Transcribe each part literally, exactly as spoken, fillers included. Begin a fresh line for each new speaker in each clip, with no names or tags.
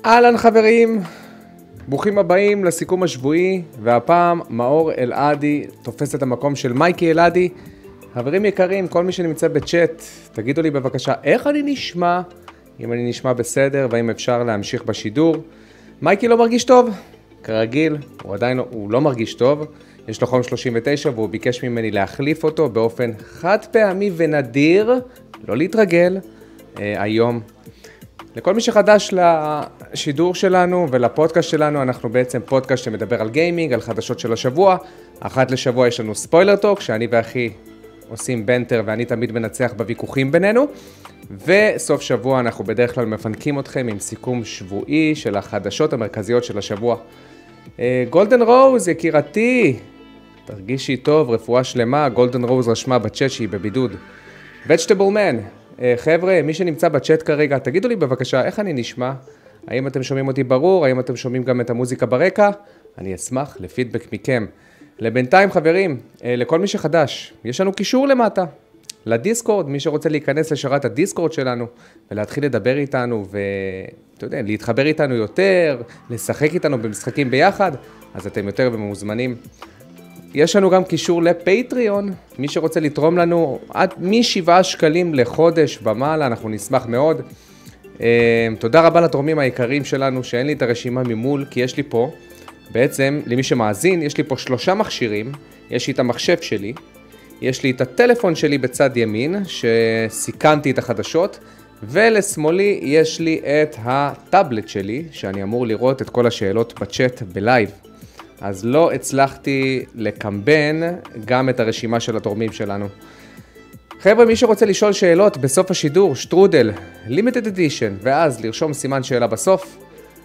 אהלן חברים, ברוכים הבאים לסיכום השבועי, והפעם מאור אלעדי תופס את המקום של מייקי אלעדי. חברים יקרים, כל מי שנמצא בצ'אט, תגידו לי בבקשה איך אני נשמע, אם אני נשמע בסדר והאם אפשר להמשיך בשידור. מייקי לא מרגיש טוב, כרגיל, הוא עדיין לא, הוא לא מרגיש טוב, יש לו חום שלושים ותשע והוא ביקש ממני להחליף אותו באופן חד פעמי ונדיר, לא להתרגל, אה, היום. לכל מי שחדש לשידור שלנו ולפודקאסט שלנו, אנחנו בעצם פודקאסט שמדבר על גיימינג, על חדשות של השבוע. אחת לשבוע יש לנו ספוילר טוק, שאני ואחי עושים בנטר ואני תמיד מנצח בוויכוחים בינינו. וסוף שבוע אנחנו בדרך כלל מפנקים אתכם עם סיכום שבועי של החדשות המרכזיות של השבוע. גולדן רוז, יקירתי, תרגישי טוב, רפואה שלמה. גולדן רוז רשמה בצ'אט שהיא בבידוד. וג'טבל מן. חבר'ה, מי שנמצא בצ'אט כרגע, תגידו לי בבקשה איך אני נשמע, האם אתם שומעים אותי ברור, האם אתם שומעים גם את המוזיקה ברקע, אני אשמח לפידבק מכם. לבינתיים חברים, לכל מי שחדש, יש לנו קישור למטה, לדיסקורד, מי שרוצה להיכנס לשרת הדיסקורד שלנו, ולהתחיל לדבר איתנו, ואתה יודע, להתחבר איתנו יותר, לשחק איתנו במשחקים ביחד, אז אתם יותר ומוזמנים. יש לנו גם קישור לפטריון, מי שרוצה לתרום לנו עד משבעה שקלים לחודש במעלה, אנחנו נשמח מאוד. תודה רבה לתורמים היקרים שלנו, שאין לי את הרשימה ממול, כי יש לי פה, בעצם למי שמאזין, יש לי פה שלושה מכשירים, יש לי את המחשב שלי, יש לי את הטלפון שלי בצד ימין, שסיכנתי את החדשות, ולשמאלי יש לי את הטאבלט שלי, שאני אמור לראות את כל השאלות בצ'אט בלייב. אז לא הצלחתי לקמבן גם את הרשימה של התורמים שלנו. חבר'ה, מי שרוצה לשאול שאלות בסוף השידור, שטרודל, לימיטד אדישן, ואז לרשום סימן שאלה בסוף.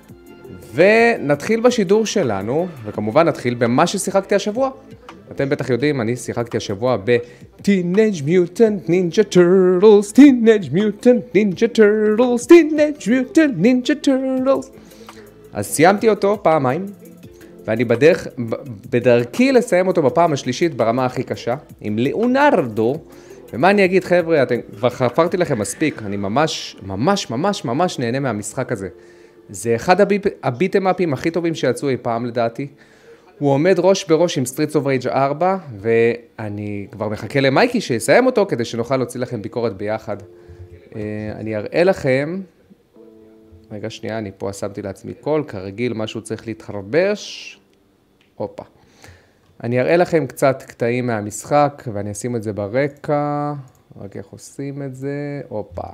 ונתחיל בשידור שלנו, וכמובן נתחיל במה ששיחקתי השבוע. אתם בטח יודעים, אני שיחקתי השבוע ב-Teenage Mutant Ninja Turtles, Teenage Mutant Ninja Turtles, Teenage Mutant Ninja Turtles. אז סיימתי אותו פעמיים. ואני בדרך, בדרכי לסיים אותו בפעם השלישית ברמה הכי קשה, עם ליאונרדו, ומה אני אגיד חבר'ה, אתם, כבר חפרתי לכם מספיק, אני ממש, ממש, ממש, ממש נהנה מהמשחק הזה. זה אחד הביטם-אפים הכי טובים שיצאו אי פעם לדעתי, הוא עומד ראש בראש עם Streets of Rage ארבע, ואני כבר מחכה למייקי שיסיים אותו, כדי שנוכל להוציא לכם ביקורת ביחד. אני אראה לכם... רגע שנייה, אני פה שמתי לעצמי קול, כרגיל משהו צריך להתחרבש. הופה. אני אראה לכם קצת קטעים מהמשחק, ואני אשים את זה ברקע. רק איך עושים את זה? הופה.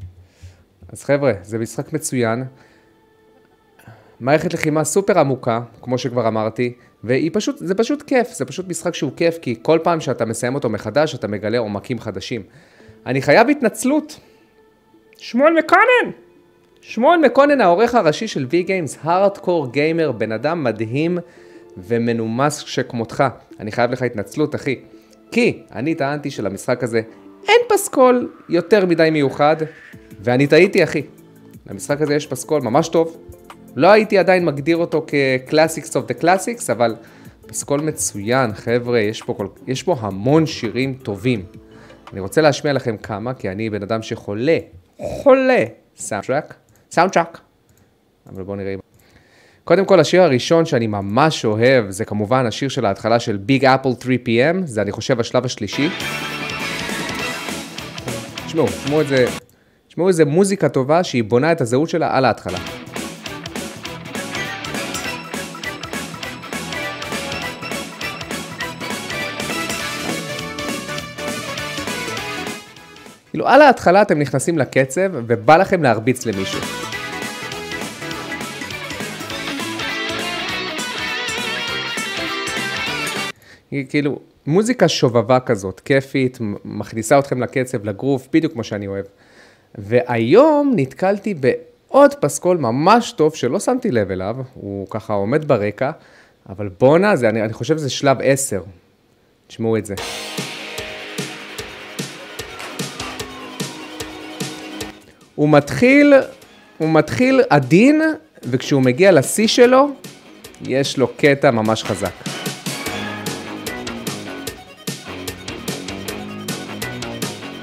אז חבר'ה, זה משחק מצוין. מערכת לחימה סופר עמוקה, כמו שכבר אמרתי, והיא פשוט, זה פשוט כיף, זה פשוט משחק שהוא כיף, כי כל פעם שאתה מסיים אותו מחדש, אתה מגלה עומקים חדשים. אני חייב התנצלות. שמואל מקונן! שמואל מקונן, העורך הראשי של V-Games, הארדקור גיימר, בן אדם מדהים ומנומס שכמותך. אני חייב לך התנצלות, אחי. כי אני טענתי שלמשחק הזה אין פסקול יותר מדי מיוחד, ואני טעיתי, אחי. למשחק הזה יש פסקול ממש טוב. לא הייתי עדיין מגדיר אותו כ-Classics of the Classics, אבל פסקול מצוין, חבר'ה. יש פה, כל... יש פה המון שירים טובים. אני רוצה להשמיע לכם כמה, כי אני בן אדם שחולה, חולה, סאונדטרק. סאונדטרק. אבל בואו נראה. קודם כל, השיר הראשון שאני ממש אוהב, זה כמובן השיר של ההתחלה של Big Apple three P M, זה אני חושב השלב השלישי. תשמעו, תשמעו את זה, תשמעו איזה מוזיקה טובה שהיא בונה את הזהות שלה על ההתחלה. כאילו, על ההתחלה אתם נכנסים לקצב, ובא לכם להרביץ למישהו. היא כאילו, מוזיקה שובבה כזאת, כיפית, מכניסה אתכם לקצב, לגרוף, בדיוק כמו שאני אוהב. והיום נתקלתי בעוד פסקול ממש טוב, שלא שמתי לב אליו, הוא ככה עומד ברקע, אבל בונה, זה, אני, אני חושב שזה שלב עשר. תשמעו את זה. הוא מתחיל, הוא מתחיל עדין, וכשהוא מגיע לשיא שלו, יש לו קטע ממש חזק.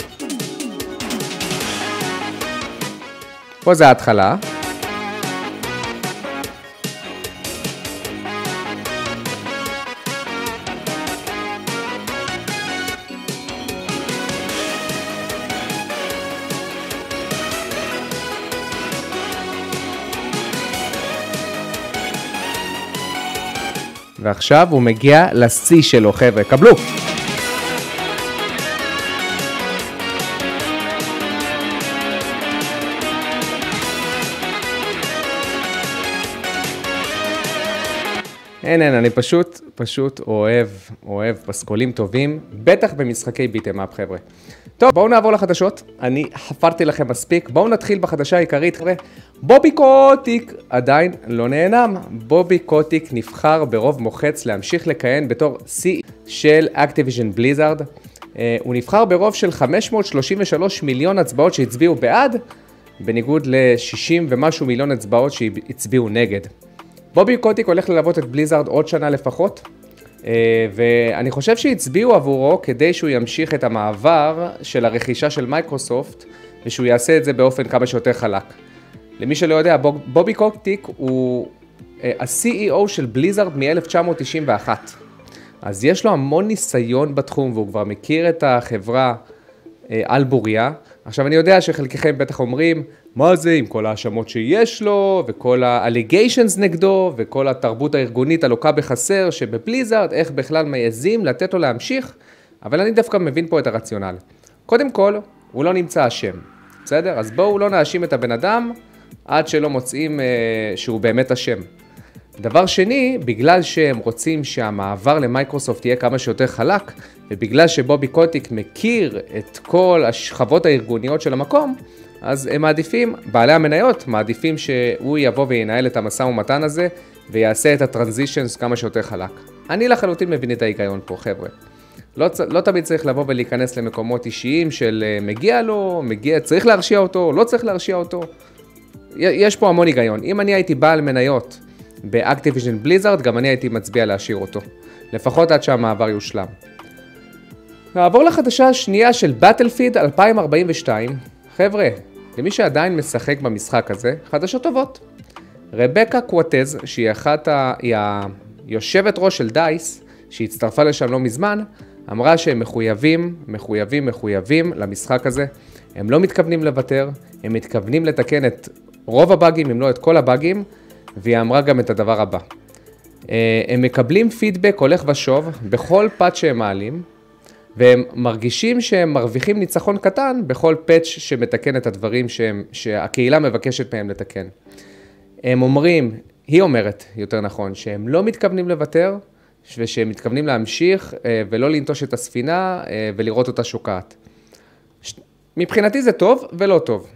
פה זה ההתחלה. ועכשיו הוא מגיע לשיא שלו, חבר'ה, קבלו! אין, אין, אני פשוט, פשוט אוהב, אוהב פסקולים טובים, בטח במשחקי ביטם אפ, חבר'ה. טוב, בואו נעבור לחדשות, אני חפרתי לכם מספיק, בואו נתחיל בחדשה העיקרית, חבר'ה. בובי קוטיק עדיין לא נהנם, בובי קוטיק נבחר ברוב מוחץ להמשיך לכהן בתור סי של Activision Blizzard, הוא נבחר ברוב של חמש מאות שלושים ושלוש מיליון הצבעות שהצביעו בעד, בניגוד ל-שישים ומשהו מיליון הצבעות שהצביעו נגד. בובי קוטיק הולך ללוות את בליזארד עוד שנה לפחות, ואני חושב שהצביעו עבורו כדי שהוא ימשיך את המעבר של הרכישה של מייקרוסופט, ושהוא יעשה את זה באופן כמה שיותר חלק. למי שלא יודע, בובי קוטיק הוא ה-סי אי או של בליזארד מ-אלף תשע מאות תשעים ואחת. אז יש לו המון ניסיון בתחום, והוא כבר מכיר את החברה על בוריה. עכשיו אני יודע שחלקכם בטח אומרים, מה זה עם כל האשמות שיש לו, וכל ה-allegations נגדו, וכל התרבות הארגונית הלוקה בחסר שבבליזארד, איך בכלל מייזים לתת לו להמשיך, אבל אני דווקא מבין פה את הרציונל. קודם כל, הוא לא נמצא אשם, בסדר? אז בואו לא נאשים את הבן אדם, עד שלא מוצאים אה, שהוא באמת אשם. דבר שני, בגלל שהם רוצים שהמעבר למייקרוסופט יהיה כמה שיותר חלק, ובגלל שבובי קוטיק מכיר את כל השכבות הארגוניות של המקום, אז הם מעדיפים, בעלי המניות, מעדיפים שהוא יבוא וינהל את המשא ומתן הזה, ויעשה את הטרנזישנס כמה שיותר חלק. אני לחלוטין מבין את ההיגיון פה, חבר'ה. לא, לא תמיד צריך לבוא ולהיכנס למקומות אישיים של מגיע לו, מגיע, צריך להרשיע אותו, לא צריך להרשיע אותו. יש פה המון היגיון. אם אני הייתי בעל מניות ב-Activision Blizzard, גם אני הייתי מצביע להשאיר אותו. לפחות עד שהמעבר יושלם. נעבור לחדשה השנייה של Battlefield אלפיים ארבעים ושתיים. חבר'ה, למי שעדיין משחק במשחק הזה, חדשות טובות. רבקה קואטז, שהיא אחת ה... היא היושבת ראש של דייס, שהצטרפה לשם לא מזמן, אמרה שהם מחויבים, מחויבים, מחויבים למשחק הזה. הם לא מתכוונים לוותר, הם מתכוונים לתקן את רוב הבאגים, אם לא את כל הבאגים, והיא אמרה גם את הדבר הבא. הם מקבלים פידבק הולך ושוב בכל פאץ' שהם מעלים, והם מרגישים שהם מרוויחים ניצחון קטן בכל פאץ' שמתקן את הדברים שהם, שהקהילה מבקשת מהם לתקן. הם אומרים, היא אומרת יותר נכון, שהם לא מתכוונים לוותר, ושהם מתכוונים להמשיך ולא לנטוש את הספינה ולראות אותה שוקעת. מבחינתי זה טוב ולא טוב.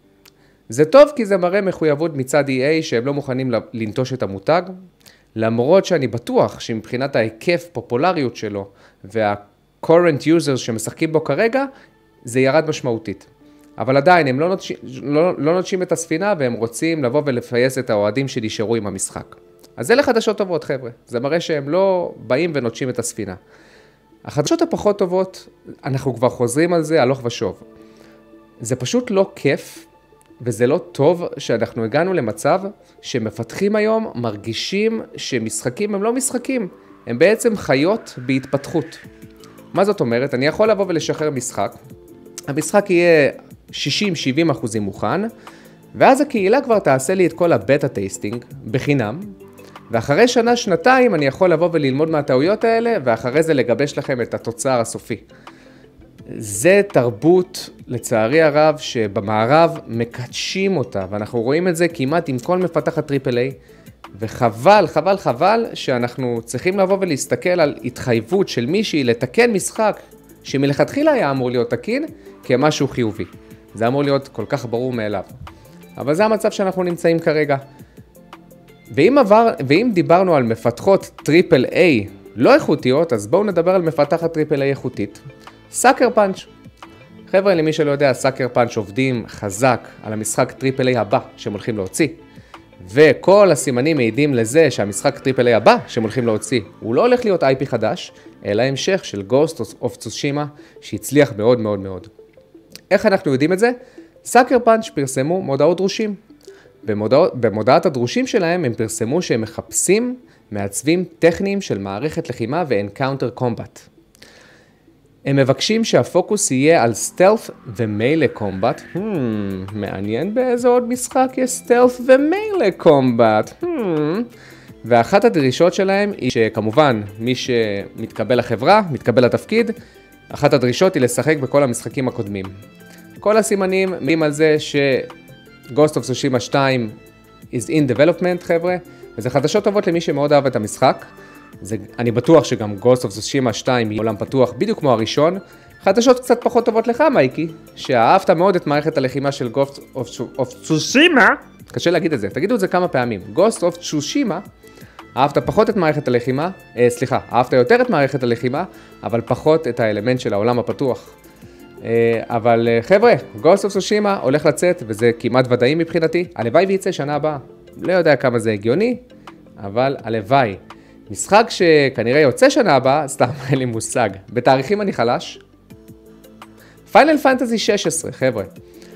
זה טוב כי זה מראה מחויבות מצד אי איי שהם לא מוכנים לנטוש את המותג, למרות שאני בטוח שמבחינת ההיקף פופולריות שלו וה-current users שמשחקים בו כרגע, זה ירד משמעותית. אבל עדיין הם לא נוטשים, לא, לא נוטשים את הספינה והם רוצים לבוא ולפייס את האוהדים שנשארו עם המשחק. אז זה לחדשות טובות, חבר'ה. זה מראה שהם לא באים ונוטשים את הספינה. החדשות הפחות טובות, אנחנו כבר חוזרים על זה הלוך ושוב. זה פשוט לא כיף, וזה לא טוב שאנחנו הגענו למצב שמפתחים היום מרגישים שמשחקים הם לא משחקים, הם בעצם חיות בהתפתחות. מה זאת אומרת? אני יכול לבוא ולשחרר משחק, המשחק יהיה שישים שבעים אחוזים מוכן, ואז הקהילה כבר תעשה לי את כל הבטה טייסטינג בחינם, ואחרי שנה, שנתיים אני יכול לבוא וללמוד מהטעויות האלה, ואחרי זה לגבש לכם את התוצר הסופי. זה תרבות, לצערי הרב, שבמערב מקדשים אותה, ואנחנו רואים את זה כמעט עם כל מפתחת טריפל איי, וחבל, חבל, חבל, שאנחנו צריכים לבוא ולהסתכל על התחייבות של מישהי לתקן משחק, שמלכתחילה היה אמור להיות תקין, כמשהו חיובי. זה אמור להיות כל כך ברור מאליו. אבל זה המצב שאנחנו נמצאים כרגע. ואם, עבר, ואם דיברנו על מפתחות טריפל איי לא איכותיות, אז בואו נדבר על מפתחת טריפל איי איכותית. סאקר פאנץ'. חבר'ה, למי שלא יודע, סאקר פאנץ' עובדים חזק על המשחק טריפל איי הבא שהם הולכים להוציא. וכל הסימנים מעידים לזה שהמשחק טריפל איי הבא שהם הולכים להוציא, הוא לא הולך להיות איי פי חדש, אלא המשך של Ghost of Tsushima, שהצליח מאוד מאוד מאוד. איך אנחנו יודעים את זה? סאקר פאנץ' פרסמו מודעות דרושים. במודע... במודעת הדרושים שלהם הם פרסמו שהם מחפשים מעצבים טכניים של מערכת לחימה ו-Encounter Combat. הם מבקשים שהפוקוס יהיה על סטלף ומיילה קומבט. Hmm, מעניין באיזה עוד משחק יש סטלף ומיילה קומבט. Hmm. ואחת הדרישות שלהם היא שכמובן מי שמתקבל לחברה, מתקבל לתפקיד, אחת הדרישות היא לשחק בכל המשחקים הקודמים. כל הסימנים מעידים על זה ש-Ghost of Tsushima שתיים is in development, חבר'ה, וזה חדשות טובות למי שמאוד אהב את המשחק. זה, אני בטוח שגם Ghost of Tsushima שתיים היא עולם פתוח בדיוק כמו הראשון. חדשות קצת פחות טובות לך, מייקי, שאהבת מאוד את מערכת הלחימה של Ghost of, of Tsushima. קשה להגיד את זה, תגידו את זה כמה פעמים. Ghost of Tsushima, אהבת פחות את מערכת הלחימה, אה, סליחה, אהבת יותר את מערכת הלחימה, אבל פחות את האלמנט של העולם הפתוח. אה, אבל חבר'ה, Ghost of Tsushima הולך לצאת, וזה כמעט ודאי מבחינתי. הלוואי וייצא שנה הבאה. לא יודע כמה זה הגיוני, אבל הלוואי. משחק שכנראה יוצא שנה הבאה, סתם אין לי מושג. בתאריכים אני חלש. פיינל פנטזי שש עשרה, חבר'ה.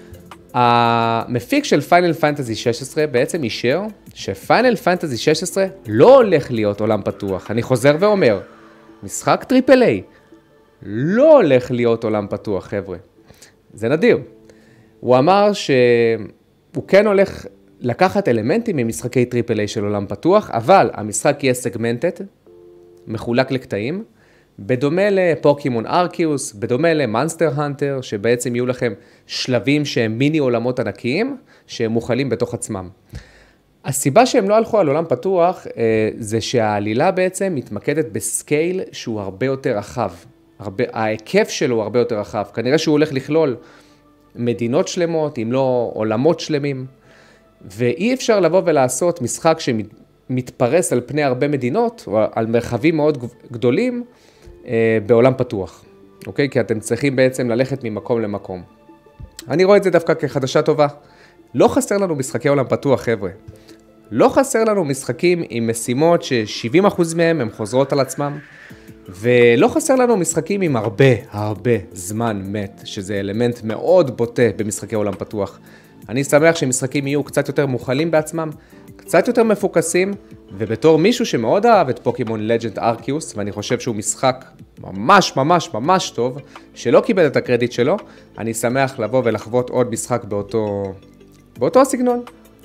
המפיק של פיינל פנטזי שש עשרה בעצם אישר שפיינל פנטזי שש עשרה לא הולך להיות עולם פתוח. אני חוזר ואומר, משחק טריפל איי לא הולך להיות עולם פתוח, חבר'ה. זה נדיר. הוא אמר שהוא כן הולך לקחת אלמנטים ממשחקי טריפל איי של עולם פתוח, אבל המשחק יהיה סגמנטד, מחולק לקטעים, בדומה לפוקימון ארקיוס, בדומה למאנסטר הנטר, שבעצם יהיו לכם שלבים שהם מיני עולמות ענקיים, שהם מוכלים בתוך עצמם. הסיבה שהם לא הלכו על עולם פתוח, זה שהעלילה בעצם מתמקדת בסקייל שהוא הרבה יותר רחב. הרבה, ההיקף שלו הוא הרבה יותר רחב. כנראה שהוא הולך לכלול מדינות שלמות, אם לא עולמות שלמים, ואי אפשר לבוא ולעשות משחק שמתפרס על פני הרבה מדינות, או על מרחבים מאוד גדולים, בעולם פתוח, אוקיי? כי אתם צריכים בעצם ללכת ממקום למקום. אני רואה את זה דווקא כחדשה טובה. לא חסר לנו משחקי עולם פתוח, חבר'ה. לא חסר לנו משחקים עם משימות ש-שבעים אחוז מהם הם חוזרות על עצמם, ולא חסר לנו משחקים עם הרבה, הרבה זמן מת, שזה אלמנט מאוד בוטה במשחקי עולם פתוח. אני שמח שמשחקים יהיו קצת יותר מוכלים בעצמם, קצת יותר מפוקסים, ובתור מישהו שמאוד אהב את פוקימון לג'נד ארקיוס, ואני חושב שהוא משחק ממש ממש ממש טוב, שלא קיבל את הקרדיט שלו, אני שמח לבוא ולחוות עוד משחק באותו, באותו הסגנון.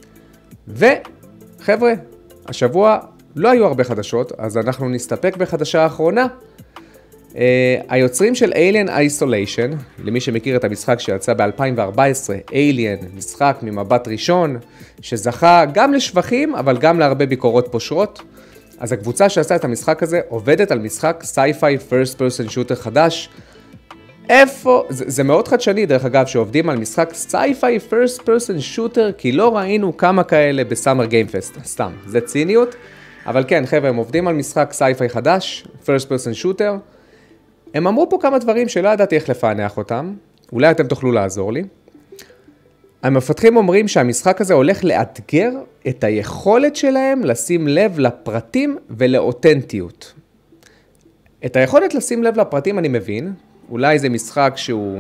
וחבר'ה, השבוע לא היו הרבה חדשות, אז אנחנו נסתפק בחדשה האחרונה. Uh, היוצרים של Alien Isolation, למי שמכיר את המשחק שיצא ב-אלפיים וארבע עשרה, Alien, משחק ממבט ראשון, שזכה גם לשבחים, אבל גם להרבה ביקורות פושרות. אז הקבוצה שעשה את המשחק הזה עובדת על משחק סי-פיי first person shooter חדש. איפה? זה, זה מאוד חדשני דרך אגב, שעובדים על משחק סי-פיי first person shooter, כי לא ראינו כמה כאלה בסאמר גיימפסט, סתם, זה ציניות. אבל כן, חבר'ה, הם עובדים על משחק סי-פיי חדש, first person shooter. הם אמרו פה כמה דברים שלא ידעתי איך לפענח אותם, אולי אתם תוכלו לעזור לי. המפתחים אומרים שהמשחק הזה הולך לאתגר את היכולת שלהם לשים לב לפרטים ולאותנטיות. את היכולת לשים לב לפרטים אני מבין, אולי זה משחק שהוא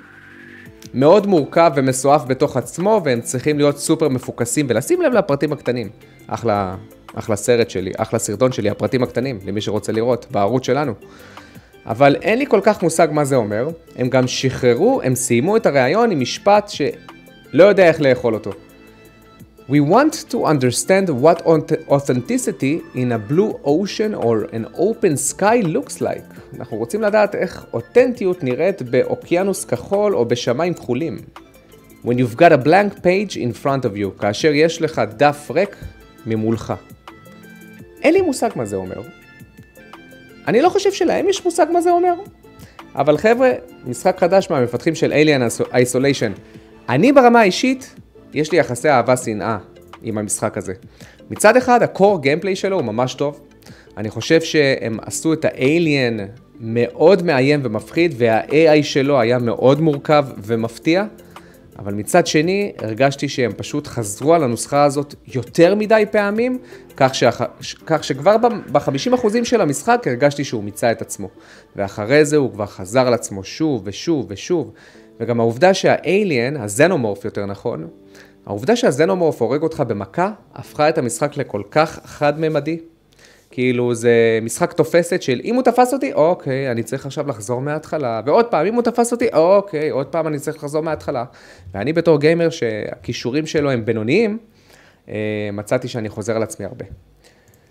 מאוד מורכב ומסועף בתוך עצמו, והם צריכים להיות סופר מפוקסים ולשים לב לפרטים הקטנים. אחלה, אחלה סרט שלי, אחלה סרטון שלי, הפרטים הקטנים, למי שרוצה לראות, בערוץ שלנו. אבל אין לי כל כך מושג מה זה אומר. הם גם שחררו, הם סיימו את הרעיון עם משפט שלא יודע איך לאכול אותו. We want to understand what authenticity in a blue ocean or an open sky looks like. אנחנו רוצים לדעת איך אותנטיות נראית באוקיינוס כחול או בשמיים כחולים. When you've got a blank page in front of you, כאשר יש לך דף ריק ממולך. אין לי מושג מה זה אומר. אני לא חושב שלהם יש מושג מה זה אומר. אבל חבר'ה, משחק חדש מהמפתחים של Alien Isolation. אני ברמה האישית, יש לי יחסי אהבה שנאה עם המשחק הזה. מצד אחד, הקור גיימפליי שלו הוא ממש טוב. אני חושב שהם עשו את האליין מאוד מאיים ומפחיד, וה-איי איי שלו היה מאוד מורכב ומפתיע. אבל מצד שני, הרגשתי שהם פשוט חזרו על הנוסחה הזאת יותר מדי פעמים, כך, ש... כך שכבר ב-חמישים אחוזים של המשחק הרגשתי שהוא מיצה את עצמו. ואחרי זה הוא כבר חזר על עצמו שוב ושוב ושוב. וגם העובדה שהאליין, הזנומורף יותר נכון, העובדה שהזנומורף הורג אותך במכה, הפכה את המשחק לכל כך חד-ממדי. כאילו זה משחק תופסת של אם הוא תפס אותי, אוקיי, אני צריך עכשיו לחזור מההתחלה. ועוד פעם, אם הוא תפס אותי, אוקיי, עוד פעם אני צריך לחזור מההתחלה. ואני בתור גיימר שהכישורים שלו הם בינוניים, מצאתי שאני חוזר על עצמי הרבה.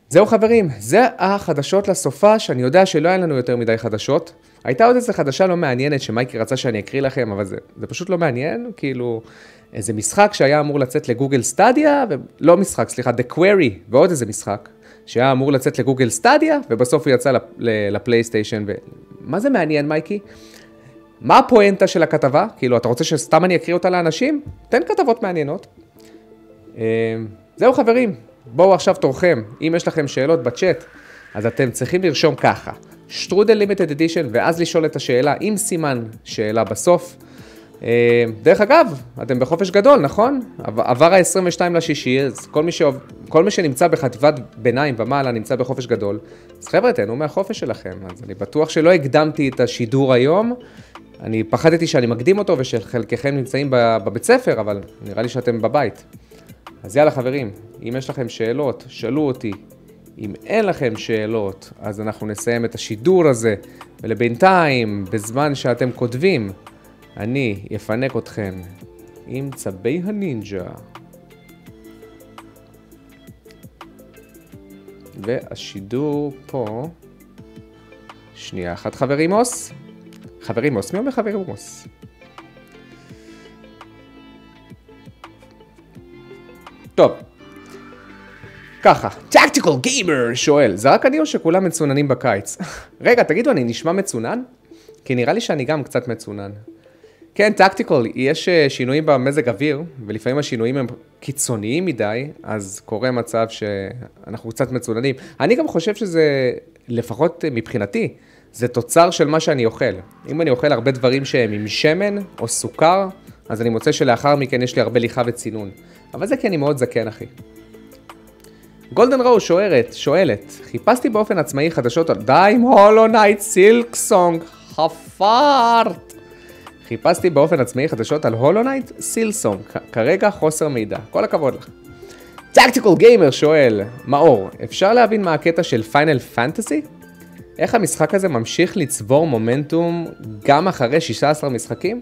זהו חברים, זה החדשות לסופה, שאני יודע שלא היה לנו יותר מדי חדשות. הייתה עוד איזו חדשה לא מעניינת שמייקי רצה שאני אקריא לכם, אבל זה, זה פשוט לא מעניין, כאילו איזה משחק שהיה אמור לצאת לגוגל סטדיה, לא משחק, סליחה, The Query, ועוד איזה משחק, שהיה אמור לצאת לגוגל סטדיה, ובסוף הוא יצא לפלייסטיישן. ו... מה זה מעניין, מייקי? מה הפואנטה של הכתבה? כאילו, אתה רוצה שסתם אני אקריא אותה לאנשים? תן כתבות מעניינות. זהו חברים, בואו עכשיו תורכם. אם יש לכם שאלות בצ'אט, אז אתם צריכים לרשום ככה. שטרודל לימיטד אדישן, ואז לשאול את השאלה עם סימן שאלה בסוף. דרך אגב, אתם בחופש גדול, נכון? עבר ה-עשרים ושניים לשישי, אז כל מי, ש... כל מי שנמצא בחטיבת ביניים ומעלה נמצא בחופש גדול. אז חבר'ה, תהנו מהחופש שלכם. אז אני בטוח שלא הקדמתי את השידור היום. אני פחדתי שאני מקדים אותו ושחלקכם נמצאים בבית ספר, אבל נראה לי שאתם בבית. אז יאללה חברים, אם יש לכם שאלות, שאלו אותי. אם אין לכם שאלות, אז אנחנו נסיים את השידור הזה. ולבינתיים, בזמן שאתם כותבים, אני אפנק אתכם עם צבי הנינג'ה. והשידור פה... שנייה אחת חברימוס. חברימוס, מי אומר חברימוס? טוב. ככה, טקטיקל גיימר שואל, זה רק אני או שכולם מצוננים בקיץ? רגע, תגידו, אני נשמע מצונן? כי נראה לי שאני גם קצת מצונן. כן, טקטיקל, יש שינויים במזג אוויר, ולפעמים השינויים הם קיצוניים מדי, אז קורה מצב שאנחנו קצת מצוננים. אני גם חושב שזה, לפחות מבחינתי, זה תוצר של מה שאני אוכל. אם אני אוכל הרבה דברים שהם עם שמן או סוכר, אז אני מוצא שלאחר מכן יש לי הרבה ליחה וצינון. אבל זה כי אני מאוד זקן, אחי. גולדן ראו שואלת, שואלת, חיפשתי באופן עצמאי חדשות על די עם הולו נייט סילק סונג, חפרת. חיפשתי באופן עצמאי חדשות על הולו נייט סילסונג, כרגע חוסר מידע, כל הכבוד לך. טקטיקל גיימר שואל, מאור, אפשר להבין מה הקטע של פיינל פנטסי? איך המשחק הזה ממשיך לצבור מומנטום גם אחרי שישה עשר משחקים?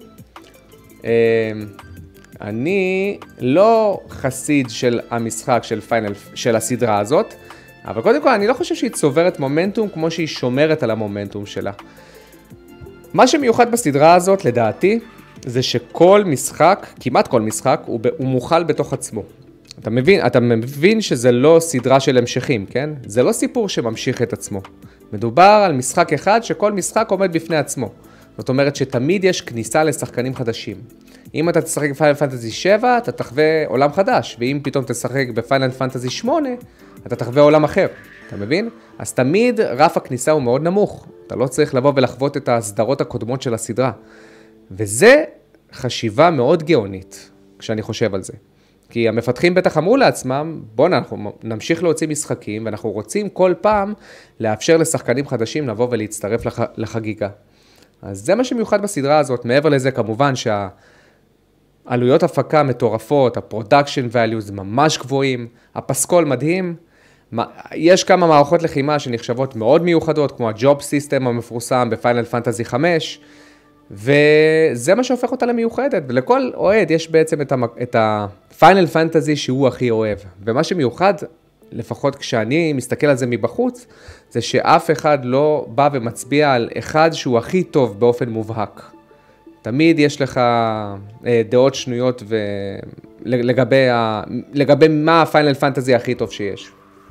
אני לא חסיד של המשחק של פיינל, של הסדרה הזאת, אבל קודם כל אני לא חושב שהיא צוברת מומנטום כמו שהיא שומרת על המומנטום שלה. מה שמיוחד בסדרה הזאת לדעתי, זה שכל משחק, כמעט כל משחק, הוא, הוא מוכל בתוך עצמו. אתה מבין, אתה מבין שזה לא סדרה של המשכים, כן? זה לא סיפור שממשיך את עצמו. מדובר על משחק אחד שכל משחק עומד בפני עצמו. זאת אומרת שתמיד יש כניסה לשחקנים חדשים. אם אתה תשחק בפיינל פנטזי שבע, אתה תחווה עולם חדש, ואם פתאום תשחק בפיינל פנטזי שמונה, אתה תחווה עולם אחר. אתה מבין? אז תמיד רף הכניסה הוא מאוד נמוך. אתה לא צריך לבוא ולחוות את הסדרות הקודמות של הסדרה. וזה חשיבה מאוד גאונית, כשאני חושב על זה. כי המפתחים בטח אמרו לעצמם, בוא אנחנו נמשיך להוציא משחקים, ואנחנו רוצים כל פעם לאפשר לשחקנים חדשים לבוא ולהצטרף לח... לחגיגה. אז זה מה שמיוחד בסדרה הזאת. מעבר לזה, כמובן שהעלויות הפקה מטורפות, הפרודקשן values ממש גבוהים, הפסקול מדהים. יש כמה מערכות לחימה שנחשבות מאוד מיוחדות, כמו הג'וב סיסטם המפורסם בפיינל פנטזי חמש, וזה מה שהופך אותה למיוחדת, ולכל אוהד יש בעצם את הפיינל פנטזי שהוא הכי אוהב. ומה שמיוחד, לפחות כשאני מסתכל על זה מבחוץ, זה שאף אחד לא בא ומצביע על אחד שהוא הכי טוב באופן מובהק. תמיד יש לך דעות שנויות לגבי, לגבי מה הפיינל פנטזי הכי טוב שיש.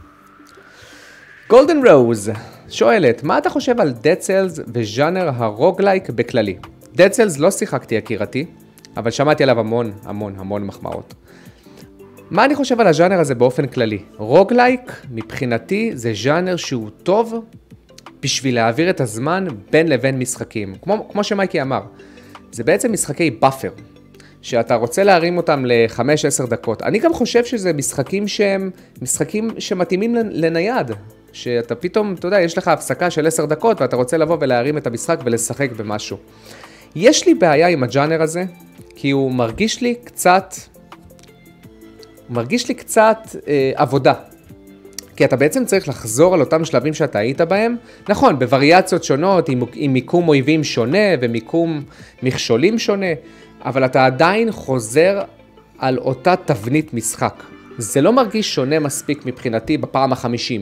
גולדן רוז שואלת, מה אתה חושב על Dead Cells וז'אנר הרוגלייק בכללי? Dead Cells לא שיחקתי יקירתי, אבל שמעתי עליו המון, המון, המון מחמאות. מה אני חושב על הז'אנר הזה באופן כללי? רוגלייק, מבחינתי, זה ז'אנר שהוא טוב בשביל להעביר את הזמן בין לבין משחקים. כמו, כמו שמייקי אמר, זה בעצם משחקי באפר, שאתה רוצה להרים אותם ל-חמש עשר דקות. אני גם חושב שזה משחקים שהם משחקים שמתאימים לנייד. שאתה פתאום, אתה יודע, יש לך הפסקה של עשר דקות, ואתה רוצה לבוא ולהרים את המשחק ולשחק במשהו. יש לי בעיה עם הג'אנר הזה, כי הוא מרגיש לי קצת, הוא מרגיש לי קצת אה, עבודה. כי אתה בעצם צריך לחזור על אותם שלבים שאתה היית בהם. נכון, בווריאציות שונות, עם, עם מיקום אויבים שונה, ומיקום מכשולים שונה, אבל אתה עדיין חוזר על אותה תבנית משחק. זה לא מרגיש שונה מספיק מבחינתי בפעם החמישים.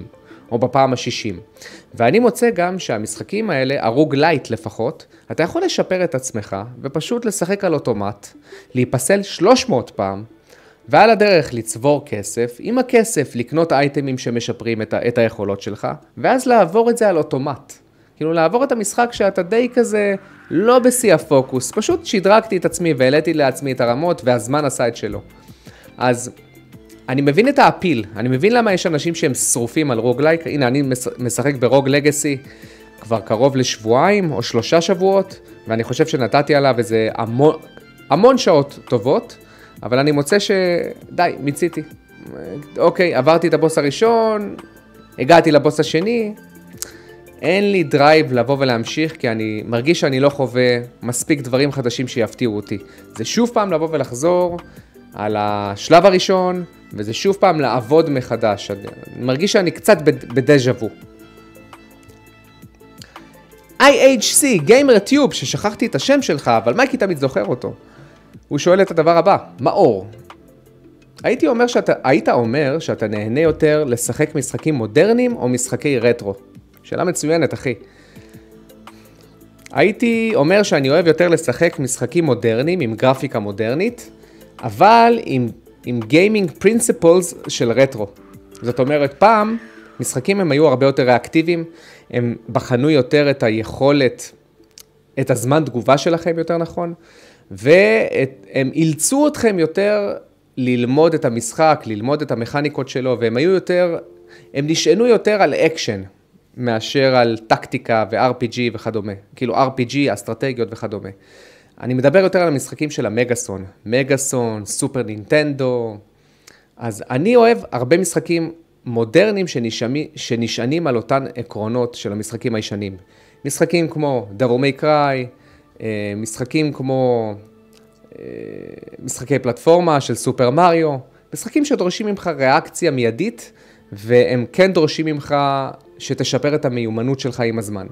או בפעם ה-שישים. ואני מוצא גם שהמשחקים האלה, הרוג לייט לפחות, אתה יכול לשפר את עצמך ופשוט לשחק על אוטומט, להיפסל שלוש מאות פעם, ועל הדרך לצבור כסף, עם הכסף לקנות אייטמים שמשפרים את, ה- את היכולות שלך, ואז לעבור את זה על אוטומט. כאילו לעבור את המשחק שאתה די כזה לא בשיא הפוקוס, פשוט שדרגתי את עצמי והעליתי לעצמי את הרמות והזמן עשה את שלו. אז אני מבין את האפיל, אני מבין למה יש אנשים שהם שרופים על רוגלייק, הנה אני משחק ברוג לגאסי כבר קרוב לשבועיים או שלושה שבועות, ואני חושב שנתתי עליו איזה המון, המון שעות טובות, אבל אני מוצא שדי, מיציתי. אוקיי, עברתי את הבוס הראשון, הגעתי לבוס השני, אין לי דרייב לבוא ולהמשיך, כי אני מרגיש שאני לא חווה מספיק דברים חדשים שיפתיעו אותי. זה שוב פעם לבוא ולחזור על השלב הראשון, וזה שוב פעם לעבוד מחדש. אני מרגיש שאני קצת בדז'ה וו. איי אייץ' סי, גיימר טיוב, ששכחתי את השם שלך, אבל מייקי תמיד זוכר אותו. הוא שואל את הדבר הבא, מאור, הייתי אומר שאתה, היית אומר שאתה נהנה יותר לשחק משחקים מודרניים או משחקי רטרו? שאלה מצוינת, אחי. הייתי אומר שאני אוהב יותר לשחק משחקים מודרניים עם גרפיקה מודרנית, אבל עם, עם גיימינג פרינסיפלס של רטרו. זאת אומרת, פעם משחקים הם היו הרבה יותר ריאקטיביים, הם בחנו יותר את היכולת, את הזמן תגובה שלכם יותר נכון, והם אילצו אתכם יותר ללמוד את המשחק, ללמוד את המכניקות שלו, והם היו יותר, הם נשענו יותר על אקשן, מאשר על טקטיקה ו-אר פי ג'י וכדומה. כאילו אר פי ג'י, אסטרטגיות וכדומה. אני מדבר יותר על המשחקים של המגאסון, מגאסון, סופר נינטנדו. אז אני אוהב הרבה משחקים מודרניים שנשענים על אותן עקרונות של המשחקים הישנים. משחקים כמו Devil May Cry, משחקים כמו משחקי פלטפורמה של סופר מריו, משחקים שדורשים ממך ריאקציה מיידית, והם כן דורשים ממך שתשפר את המיומנות שלך עם הזמן.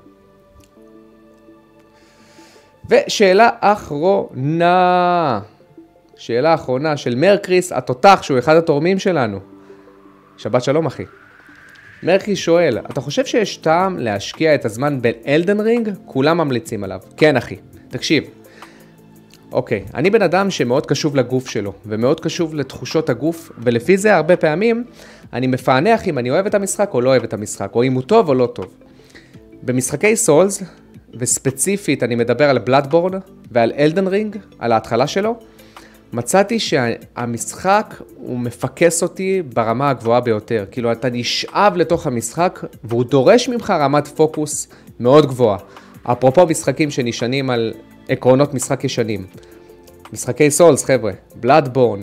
ושאלה אחרונה, שאלה אחרונה של מרקריס התותח, שהוא אחד התורמים שלנו. שבת שלום אחי. מרקריס שואל, אתה חושב שיש טעם להשקיע את הזמן באלדן רינג? כולם ממליצים עליו. כן אחי, תקשיב. אוקיי, אני בן אדם שמאוד קשוב לגוף שלו, ומאוד קשוב לתחושות הגוף, ולפי זה הרבה פעמים אני מפענח אם אני אוהב את המשחק או לא אוהב את המשחק, או אם הוא טוב או לא טוב. במשחקי סולס, וספציפית אני מדבר על בלאדבורן ועל אלדן רינג, על ההתחלה שלו, מצאתי שהמשחק הוא מפקס אותי ברמה הגבוהה ביותר. כאילו אתה נשאב לתוך המשחק, והוא דורש ממך רמת פוקוס מאוד גבוהה. אפרופו משחקים שנשענים על עקרונות משחק ישנים. משחקי סולס, חבר'ה, בלאדבורן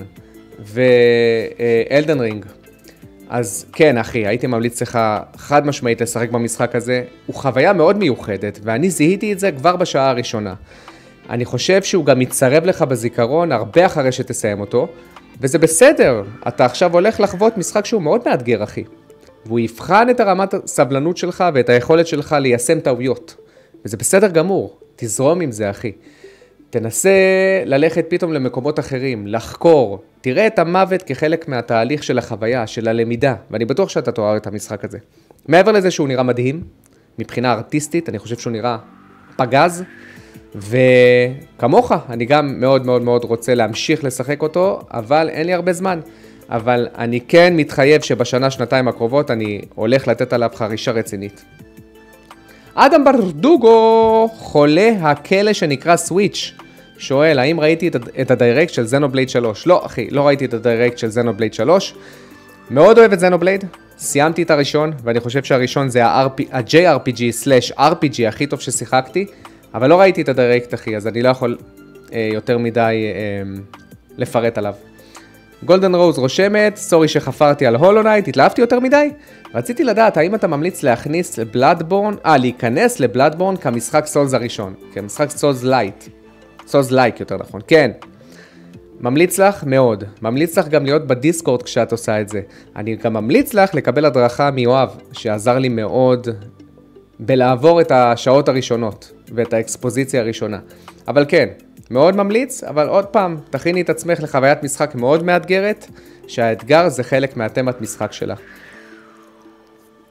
ואלדן רינג. אז כן, אחי, הייתי ממליץ לך חד משמעית לשחק במשחק הזה. הוא חוויה מאוד מיוחדת, ואני זיהיתי את זה כבר בשעה הראשונה. אני חושב שהוא גם יצרב לך בזיכרון הרבה אחרי שתסיים אותו, וזה בסדר. אתה עכשיו הולך לחוות משחק שהוא מאוד מאתגר, אחי. והוא יבחן את הרמת הסבלנות שלך ואת היכולת שלך ליישם טעויות. וזה בסדר גמור. תזרום עם זה, אחי. תנסה ללכת פתאום למקומות אחרים, לחקור. תראה את המוות כחלק מהתהליך של החוויה, של הלמידה, ואני בטוח שאתה תאהב את המשחק הזה. מעבר לזה שהוא נראה מדהים, מבחינה ארטיסטית, אני חושב שהוא נראה פגז, וכמוך, אני גם מאוד מאוד מאוד רוצה להמשיך לשחק אותו, אבל אין לי הרבה זמן. אבל אני כן מתחייב שבשנה, שנתיים הקרובות, אני הולך לתת עליו חרישה רצינית. אדם ברדוגו, חולה הכלא שנקרא סוויץ', שואל, האם ראיתי את הדיירקט של זנובלייד שלוש? לא, אחי, לא ראיתי את הדיירקט של זנובלייד שלוש. מאוד אוהב את זנובלייד, סיימתי את הראשון, ואני חושב שהראשון זה ה-ג'יי אר פי ג'י סלאש אר פי ג'י הכי טוב ששיחקתי, אבל לא ראיתי את הדיירקט, אחי, אז אני לא יכול אה, יותר מדי אה, לפרט עליו. גולדן רוז רושמת, סורי שחפרתי על הולו נייט, התלהבתי יותר מדי. רציתי לדעת, האם אתה ממליץ להכניס לבלאדבורן, אה, להיכנס לבלאדבורן כמשחק סולס הראשון, כמשחק סולס לייט, סולס לייק יותר נכון, כן. ממליץ לך מאוד, ממליץ לך גם להיות בדיסקורד כשאת עושה את זה. אני גם ממליץ לך לקבל הדרכה מיואב, שעזר לי מאוד בלעבור את השעות הראשונות ואת האקספוזיציה הראשונה. אבל כן, מאוד ממליץ, אבל עוד פעם, תכיני את עצמך לחוויית משחק מאוד מאתגרת, שהאתגר זה חלק מהתמת משחק שלה.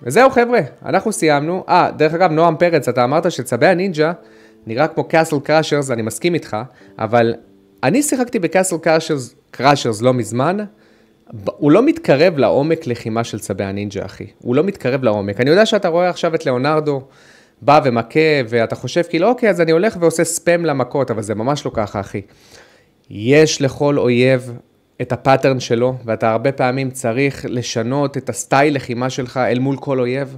וזהו חבר'ה, אנחנו סיימנו. אה, דרך אגב, נועם פרץ, אתה אמרת שצבי הנינג'ה נראה כמו קאסל קראשרס, אני מסכים איתך, אבל אני שיחקתי בקאסל קראשרס, קראשרס לא מזמן, הוא לא מתקרב לעומק לחימה של צבי הנינג'ה, אחי. הוא לא מתקרב לעומק. אני יודע שאתה רואה עכשיו את ליאונרדו, בא ומכה, ואתה חושב כאילו, אוקיי, אז אני הולך ועושה ספם למכות, אבל זה ממש לא ככה, אחי. יש לכל אויב את הפאטרן שלו, ואתה הרבה פעמים צריך לשנות את הסטייל לחימה שלך אל מול כל אויב,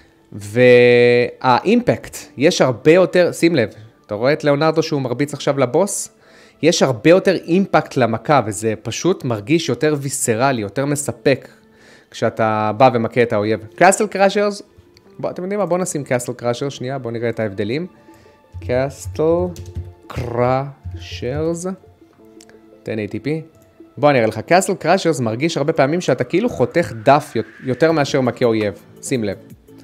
והאימפקט, יש הרבה יותר, שים לב, אתה רואה את ליאונרדו שהוא מרביץ עכשיו לבוס, יש הרבה יותר אימפקט למכה, וזה פשוט מרגיש יותר ויסרלי, יותר מספק, כשאתה בא ומכה את האויב. קאסל קראשרס, בוא, אתם יודעים מה? בואו נשים קאסל קראשרס, שנייה, בואו נראה את ההבדלים. קאסל קראשרס, תן איי טי פי. בואו נראה לך, קאסל קראשרס מרגיש הרבה פעמים שאתה כאילו חותך דף יותר מאשר מכה אויב, שים לב.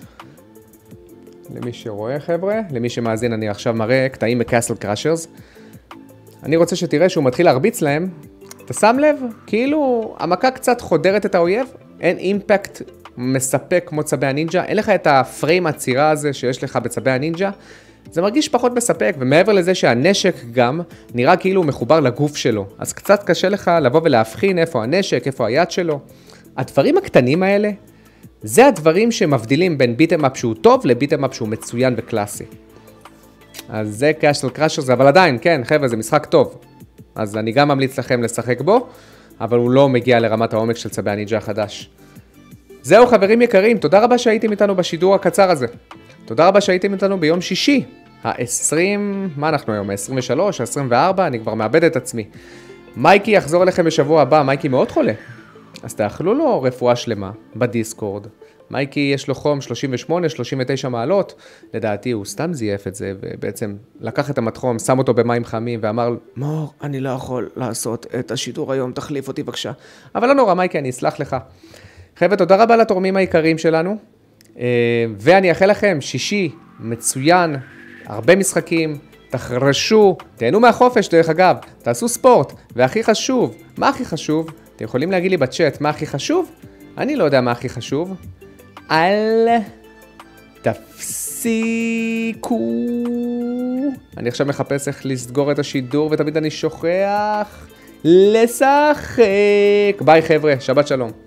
למי שרואה חבר'ה, למי שמאזין, אני עכשיו מראה קטעים בקאסל קראשרס. אני רוצה שתראה שהוא מתחיל להרביץ להם, אתה שם לב? כאילו המכה קצת חודרת את האויב, אין אימפקט מספק כמו צבי הנינג'ה, אין לך את הפריים הצירה הזה שיש לך בצבי הנינג'ה, זה מרגיש פחות מספק, ומעבר לזה שהנשק גם נראה כאילו הוא מחובר לגוף שלו, אז קצת קשה לך לבוא ולהבחין איפה הנשק, איפה היד שלו. הדברים הקטנים האלה, זה הדברים שמבדילים בין ביטם אפ שהוא טוב לביטם אפ שהוא מצוין וקלאסי. אז זה קאסל קראשרס, אבל עדיין, כן, חבר'ה, זה משחק טוב. אז אני גם ממליץ לכם לשחק בו, אבל הוא לא מגיע לרמת העומק של צבי הנינג'ה החדש. זהו חברים יקרים, תודה רבה שהייתם איתנו בשידור הקצר הזה. תודה רבה שהייתם איתנו ביום שישי, ה-עשרים, מה אנחנו היום, ה-עשרים ושלוש, ה-עשרים וארבע, אני כבר מאבד את עצמי. מייקי יחזור אליכם בשבוע הבא, מייקי מאוד חולה. אז תאכלו לו רפואה שלמה בדיסקורד. מייקי יש לו חום שלושים ושמונה שלושים ותשע מעלות, לדעתי הוא סתם זייף את זה, ובעצם לקח את המתחום, שם אותו במים חמים ואמר, מור, אני לא יכול לעשות את השידור היום, תחליף אותי בבקשה. אבל לא נורא מייקי, אני אסלח לך. חבר'ה, תודה רבה לתורמים העיקריים שלנו, ואני אאחל לכם שישי מצוין, הרבה משחקים, תחרשו, תהנו מהחופש דרך אגב, תעשו ספורט, והכי חשוב, מה הכי חשוב? אתם יכולים להגיד לי בצ'אט מה הכי חשוב? אני לא יודע מה הכי חשוב. אל תפסיקו. אני עכשיו מחפש איך לסגור את השידור ותמיד אני שוכח לשחק. ביי חבר'ה, שבת שלום.